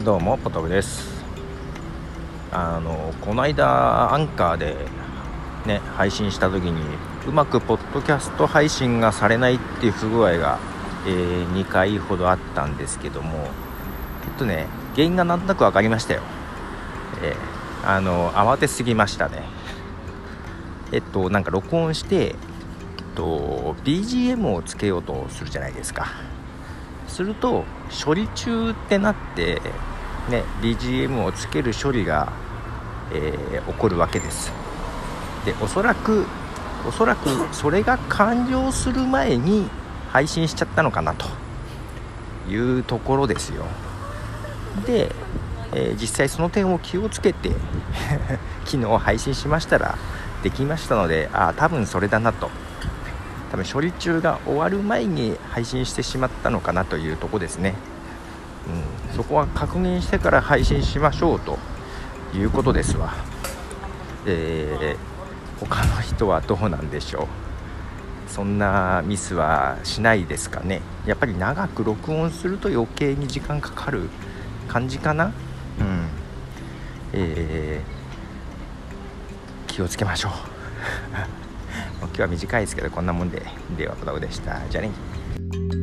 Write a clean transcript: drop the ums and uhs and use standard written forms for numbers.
どうもポトフです。この間アンカーでね配信した時にうまくポッドキャスト配信がされないっていう不具合が、2回ほどあったんですけども、原因がなんとなく分かりましたよ。慌てすぎましたね。なんか録音して、BGM をつけようとするじゃないですか。すると処理中ってなってね、BGM をつける処理が、起こるわけです。で、おそらくそれが完了する前に配信しちゃったのかなというところですよ。で、実際その点を気をつけて昨日配信しましたらできましたので、多分それだなと、多分処理中が終わる前に配信してしまったのかなというところですね。そこは確認してから配信しましょうということですわ。他の人はどうなんでしょう。そんなミスはしないですかね。やっぱり長く録音すると余計に時間かかる感じかな。気をつけましょう今日は短いですけどこんなもんで。ではポトフでした。じゃあね。